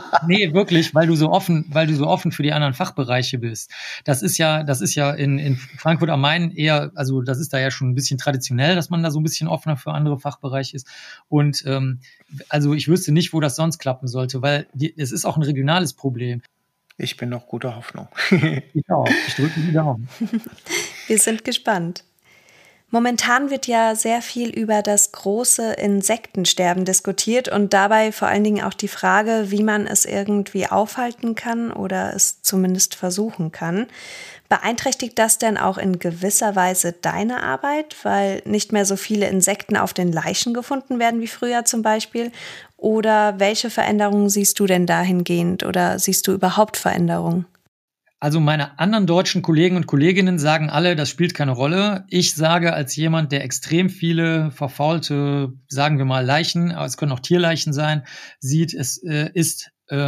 weil du so offen für die anderen Fachbereiche bist. Das ist ja in Frankfurt am Main eher, also das ist da ja schon ein bisschen traditionell, dass man da so ein bisschen offener für andere Fachbereiche ist. Und also ich wüsste nicht, wo das sonst klappen sollte, weil es ist auch ein regionales Problem. Ich bin noch guter Hoffnung. Ich auch. Ich drücke die Daumen. Wir sind gespannt. Momentan wird ja sehr viel über das große Insektensterben diskutiert und dabei vor allen Dingen auch die Frage, wie man es irgendwie aufhalten kann oder es zumindest versuchen kann. Beeinträchtigt das denn auch in gewisser Weise deine Arbeit, weil nicht mehr so viele Insekten auf den Leichen gefunden werden wie früher zum Beispiel? Oder welche Veränderungen siehst du denn dahingehend oder siehst du überhaupt Veränderungen? Also meine anderen deutschen Kollegen und Kolleginnen sagen alle, das spielt keine Rolle. Ich sage als jemand, der extrem viele verfaulte, sagen wir mal Leichen, aber es können auch Tierleichen sein, sieht, es ist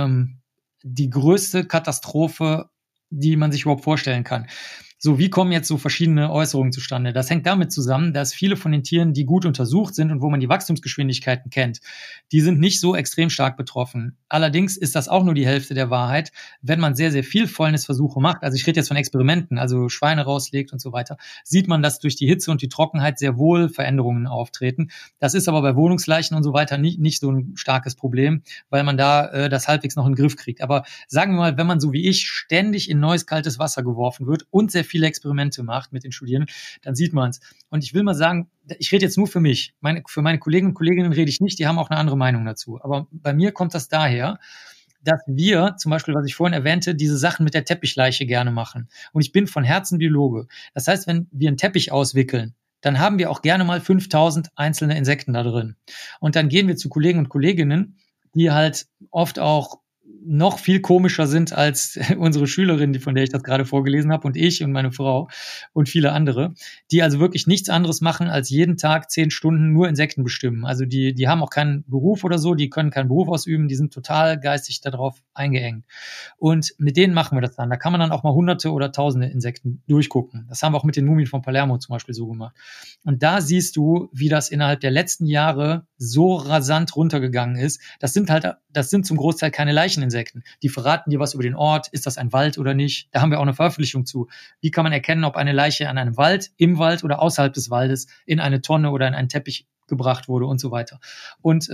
die größte Katastrophe, die man sich überhaupt vorstellen kann. So, wie kommen jetzt so verschiedene Äußerungen zustande? Das hängt damit zusammen, dass viele von den Tieren, die gut untersucht sind und wo man die Wachstumsgeschwindigkeiten kennt, die sind nicht so extrem stark betroffen. Allerdings ist das auch nur die Hälfte der Wahrheit, wenn man sehr, sehr viel Fäulnisversuche macht. Also ich rede jetzt von Experimenten, also Schweine rauslegt und so weiter, sieht man, dass durch die Hitze und die Trockenheit sehr wohl Veränderungen auftreten. Das ist aber bei Wohnungsleichen und so weiter nicht so ein starkes Problem, weil man da das halbwegs noch in den Griff kriegt. Aber sagen wir mal, wenn man so wie ich ständig in neues, kaltes Wasser geworfen wird und sehr viele Experimente macht mit den Studierenden, dann sieht man es. Und ich will mal sagen, ich rede jetzt nur für mich. Für meine Kollegen und Kolleginnen rede ich nicht, die haben auch eine andere Meinung dazu. Aber bei mir kommt das daher, dass wir, zum Beispiel, was ich vorhin erwähnte, diese Sachen mit der Teppichleiche gerne machen. Und ich bin von Herzen Biologe. Das heißt, wenn wir einen Teppich auswickeln, dann haben wir auch gerne mal 5000 einzelne Insekten da drin. Und dann gehen wir zu Kollegen und Kolleginnen, die halt oft auch noch viel komischer sind als unsere Schülerin, von der ich das gerade vorgelesen habe, und ich und meine Frau und viele andere, die also wirklich nichts anderes machen, als jeden Tag 10 Stunden nur Insekten bestimmen. Also die haben auch keinen Beruf oder so, die können keinen Beruf ausüben, die sind total geistig darauf eingeengt. Und mit denen machen wir das dann. Da kann man dann auch mal Hunderte oder Tausende Insekten durchgucken. Das haben wir auch mit den Mumien von Palermo zum Beispiel so gemacht. Und da siehst du, wie das innerhalb der letzten Jahre so rasant runtergegangen ist. Das sind zum Großteil keine Leicheninsekten. Die verraten dir was über den Ort. Ist das ein Wald oder nicht? Da haben wir auch eine Veröffentlichung zu. Wie kann man erkennen, ob eine Leiche an einem Wald, im Wald oder außerhalb des Waldes in eine Tonne oder in einen Teppich gebracht wurde und so weiter. Und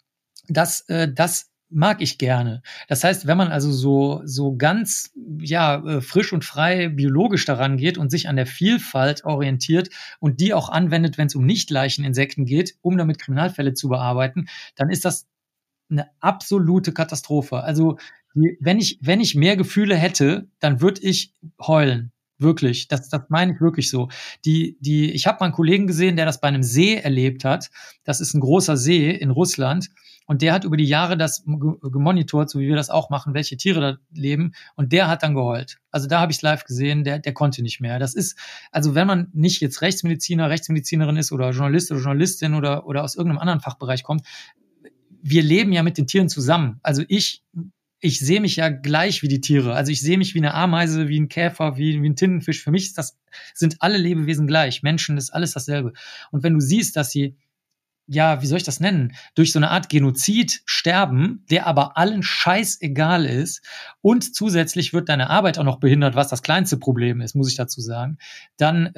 das mag ich gerne. Das heißt, wenn man also so ganz frisch und frei biologisch daran geht und sich an der Vielfalt orientiert und die auch anwendet, wenn es um Nicht-Leicheninsekten geht, um damit Kriminalfälle zu bearbeiten, dann ist das eine absolute Katastrophe. Also wenn ich mehr Gefühle hätte, dann würde ich heulen. Wirklich, das meine ich wirklich so. Ich habe mal einen Kollegen gesehen, der das bei einem See erlebt hat. Das ist ein großer See in Russland. Und der hat über die Jahre das gemonitort, so wie wir das auch machen, welche Tiere da leben. Und der hat dann geheult. Also da habe ich es live gesehen, der konnte nicht mehr. Das ist, also wenn man nicht jetzt Rechtsmedizinerin ist oder Journalist oder Journalistin oder aus irgendeinem anderen Fachbereich kommt, wir leben ja mit den Tieren zusammen. Also ich sehe mich ja gleich wie die Tiere. Also ich sehe mich wie eine Ameise, wie ein Käfer, wie ein Tintenfisch. Für mich sind alle Lebewesen gleich. Menschen ist alles dasselbe. Und wenn du siehst, dass sie, ja, wie soll ich das nennen, durch so eine Art Genozid sterben, der aber allen scheißegal ist und zusätzlich wird deine Arbeit auch noch behindert, was das kleinste Problem ist, muss ich dazu sagen, dann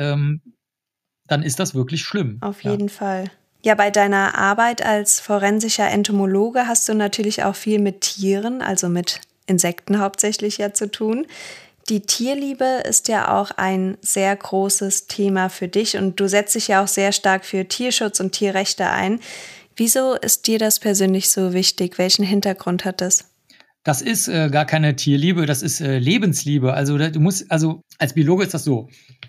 ist das wirklich schlimm. Auf jeden Fall. Ja, bei deiner Arbeit als forensischer Entomologe hast du natürlich auch viel mit Tieren, also mit Insekten hauptsächlich ja zu tun. Die Tierliebe ist ja auch ein sehr großes Thema für dich und du setzt dich ja auch sehr stark für Tierschutz und Tierrechte ein. Wieso ist dir das persönlich so wichtig? Welchen Hintergrund hat das? Das ist gar keine Tierliebe, das ist Lebensliebe. Also als Biologe ist das so.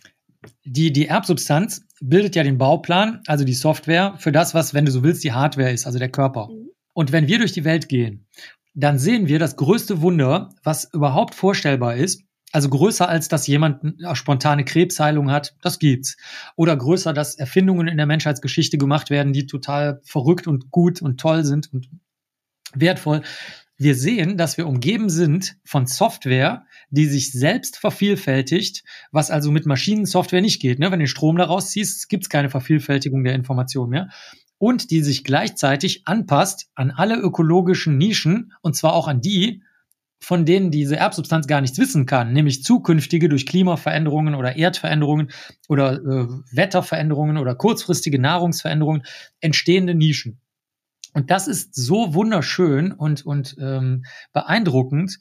Die Erbsubstanz bildet ja den Bauplan, also die Software, für das, was, wenn du so willst, die Hardware ist, also der Körper. Und wenn wir durch die Welt gehen, dann sehen wir das größte Wunder, was überhaupt vorstellbar ist. Also größer als, dass jemand eine spontane Krebsheilung hat, das gibt's. Oder größer, dass Erfindungen in der Menschheitsgeschichte gemacht werden, die total verrückt und gut und toll sind und wertvoll. Wir sehen, dass wir umgeben sind von Software, die sich selbst vervielfältigt, was also mit Maschinensoftware nicht geht. Ne? Wenn du den Strom da rausziehst, gibt's keine Vervielfältigung der Information mehr. Und die sich gleichzeitig anpasst an alle ökologischen Nischen, und zwar auch an die, von denen diese Erbsubstanz gar nichts wissen kann, nämlich zukünftige durch Klimaveränderungen oder Erdveränderungen oder Wetterveränderungen oder kurzfristige Nahrungsveränderungen entstehende Nischen. Und das ist so wunderschön und beeindruckend,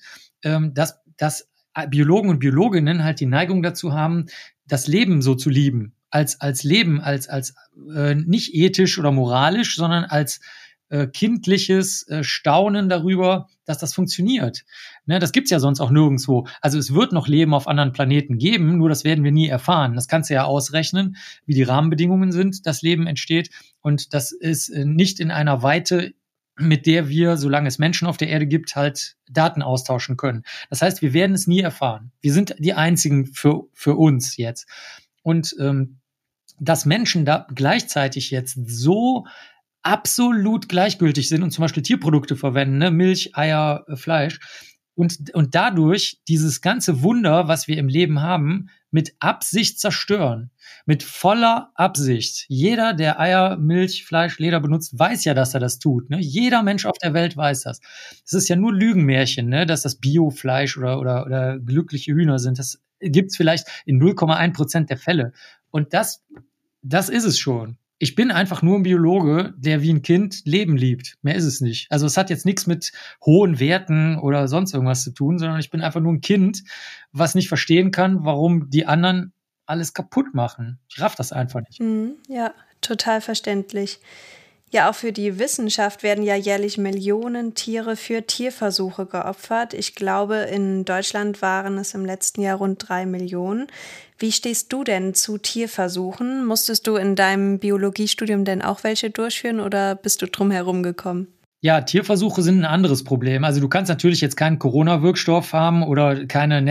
dass Biologen und Biologinnen halt die Neigung dazu haben, das Leben so zu lieben, als Leben, als nicht ethisch oder moralisch, sondern als kindliches Staunen darüber, dass das funktioniert. Ne, das gibt's ja sonst auch nirgendwo. Also es wird noch Leben auf anderen Planeten geben, nur das werden wir nie erfahren. Das kannst du ja ausrechnen, wie die Rahmenbedingungen sind, dass Leben entsteht. Und das ist nicht in einer Weite, mit der wir, solange es Menschen auf der Erde gibt, halt Daten austauschen können. Das heißt, wir werden es nie erfahren. Wir sind die Einzigen für uns jetzt. Und dass Menschen da gleichzeitig jetzt so absolut gleichgültig sind und zum Beispiel Tierprodukte verwenden, ne? Milch, Eier, Fleisch und dadurch dieses ganze Wunder, was wir im Leben haben, mit Absicht zerstören. Mit voller Absicht. Jeder, der Eier, Milch, Fleisch, Leder benutzt, weiß ja, dass er das tut. Ne? Jeder Mensch auf der Welt weiß das. Es ist ja nur Lügenmärchen, ne? Dass das Biofleisch oder glückliche Hühner sind. Das gibt's vielleicht in 0,1% der Fälle. Und das ist es schon. Ich bin einfach nur ein Biologe, der wie ein Kind Leben liebt. Mehr ist es nicht. Also es hat jetzt nichts mit hohen Werten oder sonst irgendwas zu tun, sondern ich bin einfach nur ein Kind, was nicht verstehen kann, warum die anderen alles kaputt machen. Ich raff das einfach nicht. Ja, total verständlich. Ja, auch für die Wissenschaft werden ja jährlich Millionen Tiere für Tierversuche geopfert. Ich glaube, in Deutschland waren es im letzten Jahr rund 3 Millionen. Wie stehst du denn zu Tierversuchen? Musstest du in deinem Biologiestudium denn auch welche durchführen oder bist du drum herum gekommen? Ja, Tierversuche sind ein anderes Problem. Also du kannst natürlich jetzt keinen Corona-Wirkstoff haben oder keine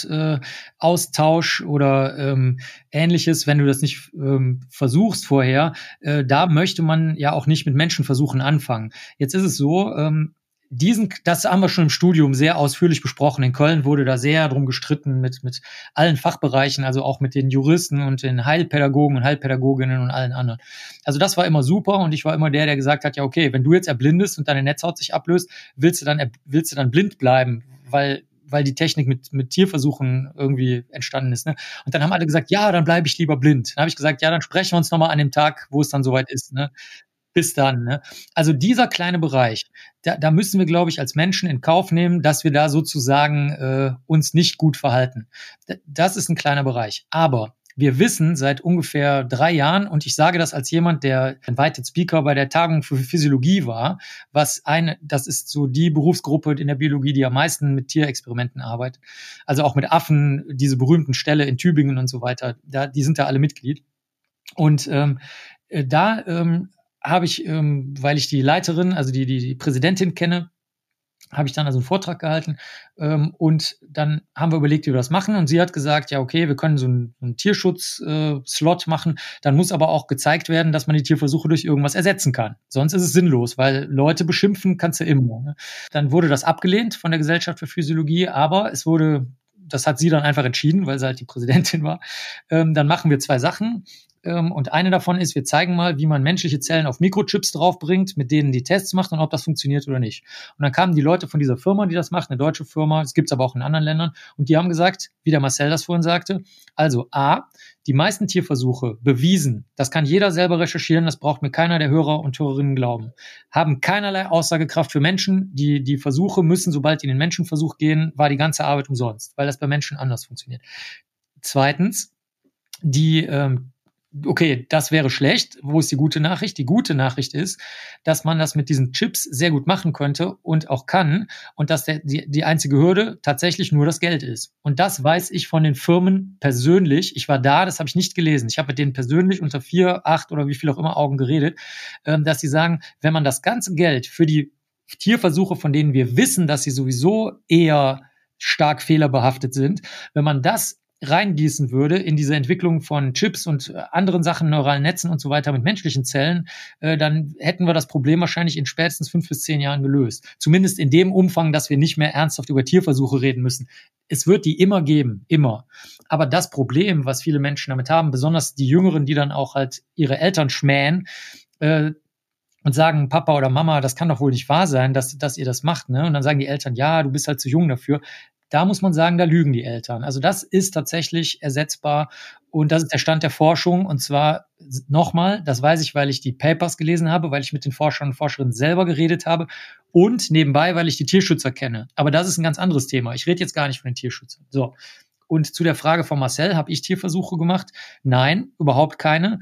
Netzhautaustausch oder Ähnliches, wenn du das nicht versuchst vorher. Da möchte man ja auch nicht mit Menschenversuchen anfangen. Jetzt ist es so, das haben wir schon im Studium sehr ausführlich besprochen. In Köln wurde da sehr drum gestritten mit allen Fachbereichen, also auch mit den Juristen und den Heilpädagogen und Heilpädagoginnen und allen anderen. Also das war immer super und ich war immer der gesagt hat, ja okay, wenn du jetzt erblindest und deine Netzhaut sich ablöst, willst du dann blind bleiben, weil die Technik mit Tierversuchen irgendwie entstanden ist. Ne? Und dann haben alle gesagt, ja, dann bleibe ich lieber blind. Dann habe ich gesagt, ja, dann sprechen wir uns nochmal an dem Tag, wo es dann soweit ist. Ne? Bis dann. Ne? Also dieser kleine Bereich, da müssen wir, glaube ich, als Menschen in Kauf nehmen, dass wir da sozusagen uns nicht gut verhalten. Das ist ein kleiner Bereich. Aber wir wissen seit ungefähr 3 Jahren, und ich sage das als jemand, der Invited Speaker bei der Tagung für Physiologie war, das ist so die Berufsgruppe in der Biologie, die am meisten mit Tierexperimenten arbeitet. Also auch mit Affen, diese berühmten Ställe in Tübingen und so weiter, die sind da alle Mitglied. Und habe ich, weil ich die Leiterin, also die Präsidentin kenne, habe ich dann also einen Vortrag gehalten und dann haben wir überlegt, wie wir das machen und sie hat gesagt, ja okay, wir können so einen Tierschutz-Slot machen, dann muss aber auch gezeigt werden, dass man die Tierversuche durch irgendwas ersetzen kann. Sonst ist es sinnlos, weil Leute beschimpfen kannst du immer. Ne? Dann wurde das abgelehnt von der Gesellschaft für Physiologie, aber das hat sie dann einfach entschieden, weil sie halt die Präsidentin war. Dann machen wir 2 Sachen. Und eine davon ist, wir zeigen mal, wie man menschliche Zellen auf Mikrochips draufbringt, mit denen die Tests macht und ob das funktioniert oder nicht. Und dann kamen die Leute von dieser Firma, die das macht, eine deutsche Firma, das gibt's aber auch in anderen Ländern, und die haben gesagt, wie der Marcel das vorhin sagte, also die meisten Tierversuche bewiesen, das kann jeder selber recherchieren, das braucht mir keiner der Hörer und Hörerinnen glauben, haben keinerlei Aussagekraft für Menschen, die Versuche müssen, sobald die in den Menschenversuch gehen, war die ganze Arbeit umsonst, weil das bei Menschen anders funktioniert. Zweitens, okay, das wäre schlecht. Wo ist die gute Nachricht? Die gute Nachricht ist, dass man das mit diesen Chips sehr gut machen könnte und auch kann und dass die einzige Hürde tatsächlich nur das Geld ist. Und das weiß ich von den Firmen persönlich. Ich war da, das habe ich nicht gelesen. Ich habe mit denen persönlich unter 4, 8 oder wie viel auch immer Augen geredet, dass sie sagen, wenn man das ganze Geld für die Tierversuche, von denen wir wissen, dass sie sowieso eher stark fehlerbehaftet sind, wenn man das reingießen würde in diese Entwicklung von Chips und anderen Sachen, neuralen Netzen und so weiter mit menschlichen Zellen, dann hätten wir das Problem wahrscheinlich in spätestens 5 bis 10 Jahren gelöst. Zumindest in dem Umfang, dass wir nicht mehr ernsthaft über Tierversuche reden müssen. Es wird die immer geben, immer. Aber das Problem, was viele Menschen damit haben, besonders die Jüngeren, die dann auch halt ihre Eltern schmähen, und sagen, Papa oder Mama, das kann doch wohl nicht wahr sein, dass ihr das macht, ne? Und dann sagen die Eltern, ja, du bist halt zu jung dafür. Da muss man sagen, da lügen die Eltern. Also das ist tatsächlich ersetzbar und das ist der Stand der Forschung. Und zwar nochmal, das weiß ich, weil ich die Papers gelesen habe, weil ich mit den Forschern und Forscherinnen selber geredet habe und nebenbei, weil ich die Tierschützer kenne. Aber das ist ein ganz anderes Thema. Ich rede jetzt gar nicht von den Tierschützern. So. Und zu der Frage von Marcel, habe ich Tierversuche gemacht? Nein, überhaupt keine.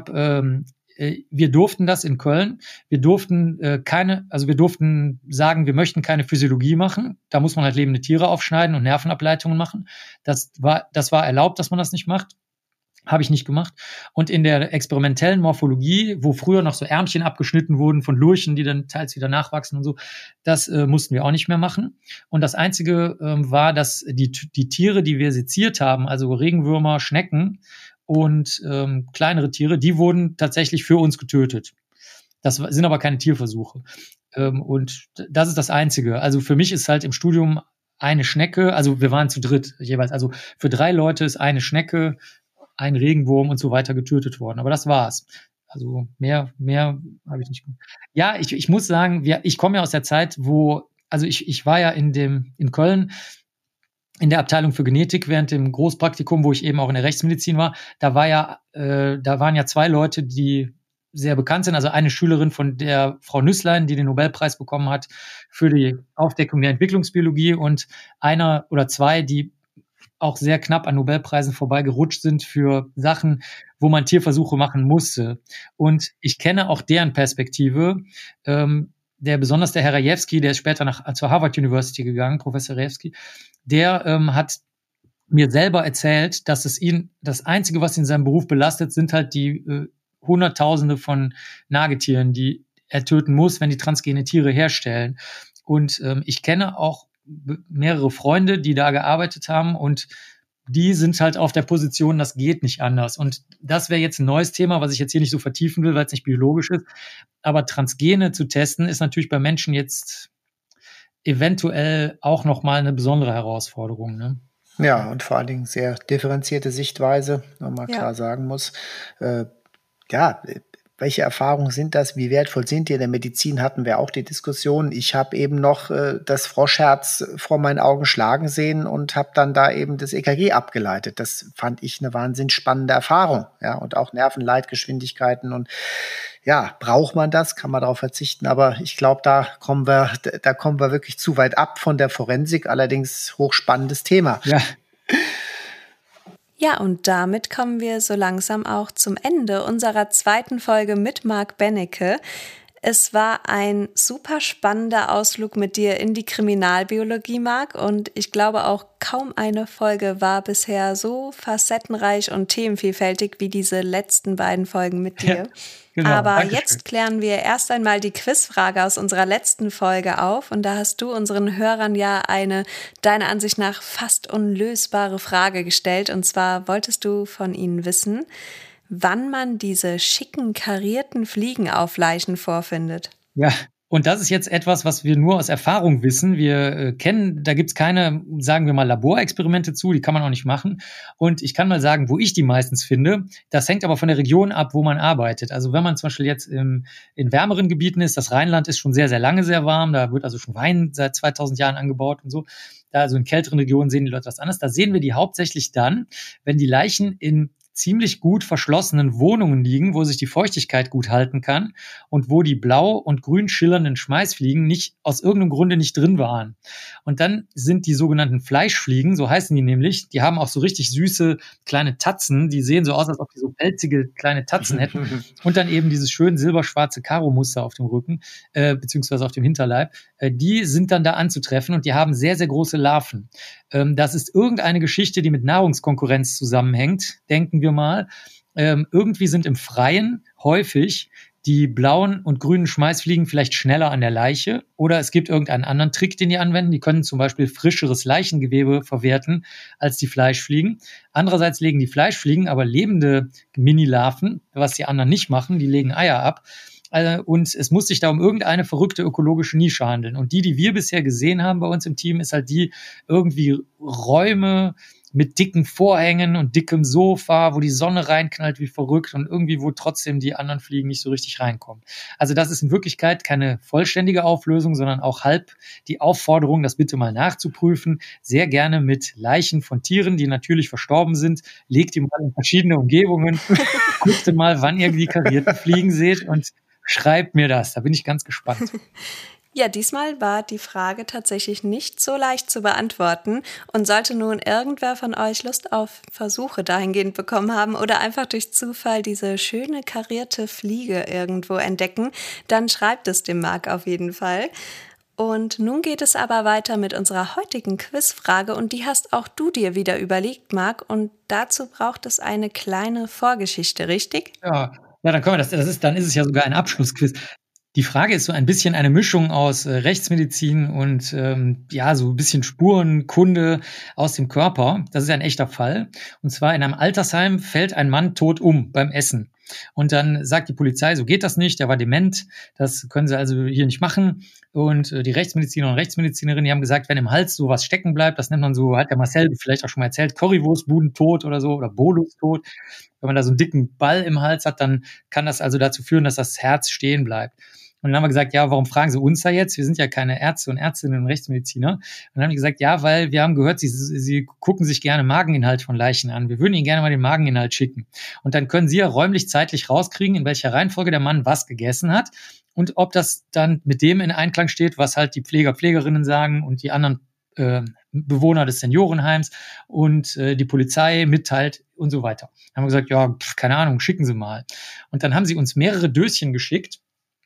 Wir durften das in Köln. Wir durften wir durften sagen, wir möchten keine Physiologie machen. Da muss man halt lebende Tiere aufschneiden und Nervenableitungen machen. Das war erlaubt, dass man das nicht macht. Habe ich nicht gemacht. Und in der experimentellen Morphologie, wo früher noch so Ärmchen abgeschnitten wurden von Lurchen, die dann teils wieder nachwachsen und so, das mussten wir auch nicht mehr machen. Und das Einzige war, dass die Tiere, die wir seziert haben, also Regenwürmer, Schnecken, und kleinere Tiere, die wurden tatsächlich für uns getötet. Das sind aber keine Tierversuche. Und das ist das Einzige. Also für mich ist halt im Studium eine Schnecke, also wir waren zu dritt jeweils, also für 3 Leute ist eine Schnecke, ein Regenwurm und so weiter getötet worden. Aber das war's. Also mehr habe ich nicht gemacht. Ja, ich muss sagen, ich komme ja aus der Zeit, also ich war ja in Köln, in der Abteilung für Genetik während dem Großpraktikum, wo ich eben auch in der Rechtsmedizin war, da waren ja 2 Leute, die sehr bekannt sind. Also eine Schülerin von der Frau Nüßlein, die den Nobelpreis bekommen hat für die Aufdeckung der Entwicklungsbiologie und einer oder 2, die auch sehr knapp an Nobelpreisen vorbeigerutscht sind für Sachen, wo man Tierversuche machen musste. Und ich kenne auch deren Perspektive. Besonders der Herr Rajewski, der ist später zur Harvard University gegangen, Professor Rajewski, der hat mir selber erzählt, dass das Einzige, was ihn in seinem Beruf belastet, sind halt die Hunderttausende von Nagetieren, die er töten muss, wenn die transgene Tiere herstellen. Und ich kenne auch mehrere Freunde, die da gearbeitet haben und die sind halt auf der Position, das geht nicht anders. Und das wäre jetzt ein neues Thema, was ich jetzt hier nicht so vertiefen will, weil es nicht biologisch ist. Aber Transgene zu testen ist natürlich bei Menschen jetzt eventuell auch nochmal eine besondere Herausforderung, ne? Ja, und vor allen Dingen sehr differenzierte Sichtweise, wenn man klar sagen muss. Welche Erfahrungen sind das? Wie wertvoll sind die? In der Medizin hatten wir auch die Diskussion. Ich habe eben noch das Froschherz vor meinen Augen schlagen sehen und habe dann da eben das EKG abgeleitet. Das fand ich eine wahnsinnig spannende Erfahrung. Ja, und auch Nervenleitgeschwindigkeiten. Und ja, braucht man das? Kann man darauf verzichten? Aber ich glaube, da kommen wir wirklich zu weit ab von der Forensik. Allerdings hochspannendes Thema. Ja. Ja, und damit kommen wir so langsam auch zum Ende unserer 2. Folge mit Marc Benecke. Es war ein super spannender Ausflug mit dir in die Kriminalbiologie, Marc. Und ich glaube auch, kaum eine Folge war bisher so facettenreich und themenvielfältig wie diese letzten beiden Folgen mit dir. Ja, genau. Aber Dankeschön. jetzt klären wir erst einmal die Quizfrage aus unserer letzten Folge auf. Und da hast du unseren Hörern ja eine, deiner Ansicht nach, fast unlösbare Frage gestellt. Und zwar wolltest du von ihnen wissen, wann man diese schicken karierten Fliegen auf Leichen vorfindet. Ja, und das ist jetzt etwas, was wir nur aus Erfahrung wissen. Wir kennen, da gibt's keine, sagen wir mal, Laborexperimente zu, die kann man auch nicht machen. Und ich kann mal sagen, wo ich die meistens finde. Das hängt aber von der Region ab, wo man arbeitet. Also wenn man zum Beispiel jetzt in wärmeren Gebieten ist, das Rheinland ist schon sehr, sehr lange sehr warm, da wird also schon Wein seit 2000 Jahren angebaut und so. Da also in kälteren Regionen sehen die Leute was anderes. Da sehen wir die hauptsächlich dann, wenn die Leichen in ziemlich gut verschlossenen Wohnungen liegen, wo sich die Feuchtigkeit gut halten kann und wo die blau und grün schillernden Schmeißfliegen nicht aus irgendeinem Grunde nicht drin waren. Und dann sind die sogenannten Fleischfliegen, so heißen die nämlich, die haben auch so richtig süße kleine Tatzen, die sehen so aus, als ob die so pelzige kleine Tatzen hätten und dann eben dieses schön silberschwarze Karo-Muster auf dem Rücken, beziehungsweise auf dem Hinterleib, die sind dann da anzutreffen und die haben sehr, sehr große Larven. Das ist irgendeine Geschichte, die mit Nahrungskonkurrenz zusammenhängt, denken wir mal. Irgendwie sind im Freien häufig die blauen und grünen Schmeißfliegen vielleicht schneller an der Leiche oder es gibt irgendeinen anderen Trick, den die anwenden. Die können zum Beispiel frischeres Leichengewebe verwerten als die Fleischfliegen. Andererseits legen die Fleischfliegen aber lebende Mini-Larven, was die anderen nicht machen, die legen Eier ab. Und es muss sich da um irgendeine verrückte ökologische Nische handeln. Und die wir bisher gesehen haben bei uns im Team, ist halt die irgendwie Räume mit dicken Vorhängen und dickem Sofa, wo die Sonne reinknallt wie verrückt und irgendwie, wo trotzdem die anderen Fliegen nicht so richtig reinkommen. Also das ist in Wirklichkeit keine vollständige Auflösung, sondern auch halb die Aufforderung, das bitte mal nachzuprüfen. Sehr gerne mit Leichen von Tieren, die natürlich verstorben sind. Legt die mal in verschiedene Umgebungen. Guckt mal, wann ihr die karierten Fliegen seht und schreibt mir das, da bin ich ganz gespannt. Ja, diesmal war die Frage tatsächlich nicht so leicht zu beantworten und sollte nun irgendwer von euch Lust auf Versuche dahingehend bekommen haben oder einfach durch Zufall diese schöne karierte Fliege irgendwo entdecken, dann schreibt es dem Marc auf jeden Fall. Und nun geht es aber weiter mit unserer heutigen Quizfrage und die hast auch du dir wieder überlegt, Marc, und dazu braucht es eine kleine Vorgeschichte, richtig? Ja, dann können wir dann ist es ja sogar ein Abschlussquiz. Die Frage ist so ein bisschen eine Mischung aus Rechtsmedizin und so ein bisschen Spurenkunde aus dem Körper. Das ist ein echter Fall. Und zwar in einem Altersheim fällt ein Mann tot um beim Essen. Und dann sagt die Polizei, so geht das nicht, der war dement, das können sie also hier nicht machen. Und die Rechtsmediziner und Rechtsmedizinerinnen, die haben gesagt, wenn im Hals sowas stecken bleibt, das nennt man so, hat der Marcel vielleicht auch schon mal erzählt, Currywurstbudentod oder so oder Bolustod. Wenn man da so einen dicken Ball im Hals hat, dann kann das also dazu führen, dass das Herz stehen bleibt. Und dann haben wir gesagt, ja, warum fragen Sie uns da jetzt? Wir sind ja keine Ärzte und Ärztinnen und Rechtsmediziner. Und dann haben die gesagt, ja, weil wir haben gehört, Sie gucken sich gerne Mageninhalt von Leichen an. Wir würden Ihnen gerne mal den Mageninhalt schicken. Und dann können Sie ja räumlich zeitlich rauskriegen, in welcher Reihenfolge der Mann was gegessen hat und ob das dann mit dem in Einklang steht, was halt die Pfleger, Pflegerinnen sagen und die anderen Bewohner des Seniorenheims und die Polizei mitteilt und so weiter. Dann haben wir gesagt, ja, keine Ahnung, schicken Sie mal. Und dann haben sie uns mehrere Döschen geschickt,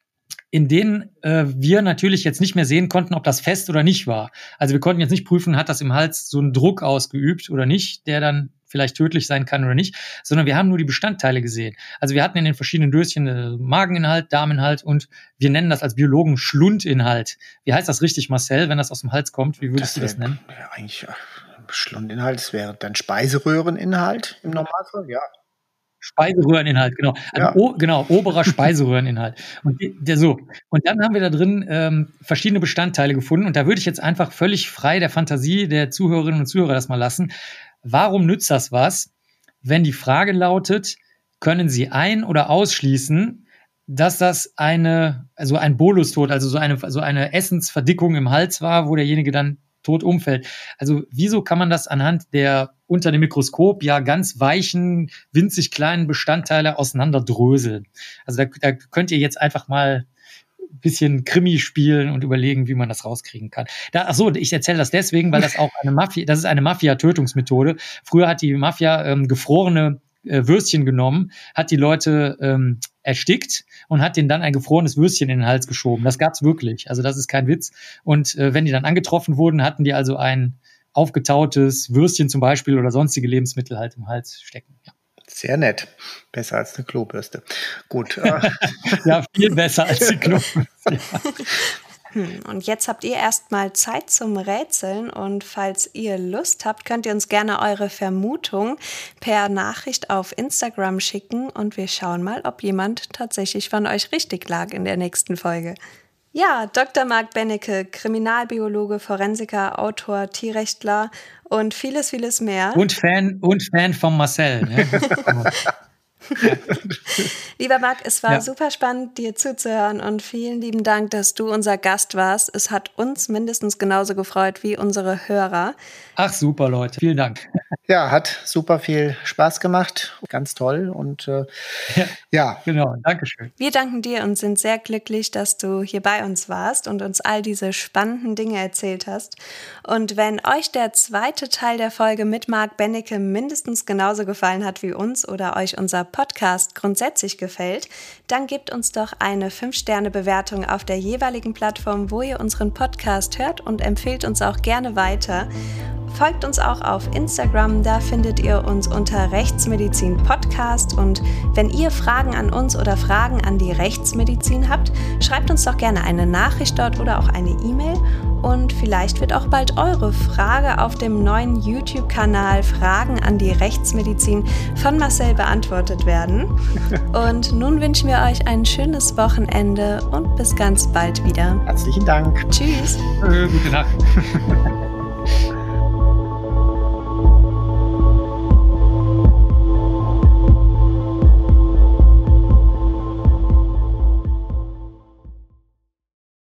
in denen wir natürlich jetzt nicht mehr sehen konnten, ob das fest oder nicht war. Also wir konnten jetzt nicht prüfen, hat das im Hals so einen Druck ausgeübt oder nicht, der dann vielleicht tödlich sein kann oder nicht, sondern wir haben nur die Bestandteile gesehen. Also wir hatten in den verschiedenen Döschen Mageninhalt, Darminhalt und wir nennen das als Biologen Schlundinhalt. Wie heißt das richtig, Marcel, wenn das aus dem Hals kommt? Wie würdest du das nennen? Ja, eigentlich Schlundinhalt, das wäre dann Speiseröhreninhalt im Normalfall, ja. Speiseröhreninhalt, genau. Also genau, oberer Speiseröhreninhalt. Und Und dann haben wir da drin verschiedene Bestandteile gefunden. Und da würde ich jetzt einfach völlig frei der Fantasie der Zuhörerinnen und Zuhörer das mal lassen. Warum nützt das was, wenn die Frage lautet, können Sie ein- oder ausschließen, dass das ein Bolustod, also so eine Essensverdickung im Hals war, wo derjenige dann tot umfällt. Also wieso kann man das anhand der unter dem Mikroskop ja ganz weichen, winzig kleinen Bestandteile auseinanderdröseln? Also da könnt ihr jetzt einfach mal ein bisschen Krimi spielen und überlegen, wie man das rauskriegen kann. Ich erzähle das deswegen, weil das auch das ist eine Mafia-Tötungsmethode. Früher hat die Mafia gefrorene Würstchen genommen, hat die Leute erstickt und hat denen dann ein gefrorenes Würstchen in den Hals geschoben. Das gab's wirklich. Also das ist kein Witz. Und wenn die dann angetroffen wurden, hatten die also ein aufgetautes Würstchen zum Beispiel oder sonstige Lebensmittel halt im Hals stecken. Ja. Sehr nett. Besser als eine Klobürste. Gut. Ja, viel besser als die Klobürste. Ja. Und jetzt habt ihr erstmal Zeit zum Rätseln und falls ihr Lust habt, könnt ihr uns gerne eure Vermutung per Nachricht auf Instagram schicken und wir schauen mal, ob jemand tatsächlich von euch richtig lag in der nächsten Folge. Ja, Dr. Marc Benecke, Kriminalbiologe, Forensiker, Autor, Tierrechtler und vieles, vieles mehr. Und Fan von Marcel. Ne? Lieber Marc, es war super spannend, dir zuzuhören und vielen lieben Dank, dass du unser Gast warst. Es hat uns mindestens genauso gefreut wie unsere Hörer. Ach super, Leute. Vielen Dank. Ja, hat super viel Spaß gemacht. Ganz toll und ja. Genau, Dankeschön. Wir danken dir und sind sehr glücklich, dass du hier bei uns warst und uns all diese spannenden Dinge erzählt hast. Und wenn euch der zweite Teil der Folge mit Marc Benecke mindestens genauso gefallen hat wie uns oder euch unser Podcast grundsätzlich gefällt, dann gebt uns doch eine 5-Sterne-Bewertung auf der jeweiligen Plattform, wo ihr unseren Podcast hört und empfehlt uns auch gerne weiter. Folgt uns auch auf Instagram, da findet ihr uns unter Rechtsmedizin Podcast und wenn ihr Fragen an uns oder Fragen an die Rechtsmedizin habt, schreibt uns doch gerne eine Nachricht dort oder auch eine E-Mail und vielleicht wird auch bald eure Frage auf dem neuen YouTube-Kanal Fragen an die Rechtsmedizin von Marcel beantwortet werden. Und nun wünschen wir euch ein schönes Wochenende und bis ganz bald wieder. Herzlichen Dank. Tschüss. Gute Nacht.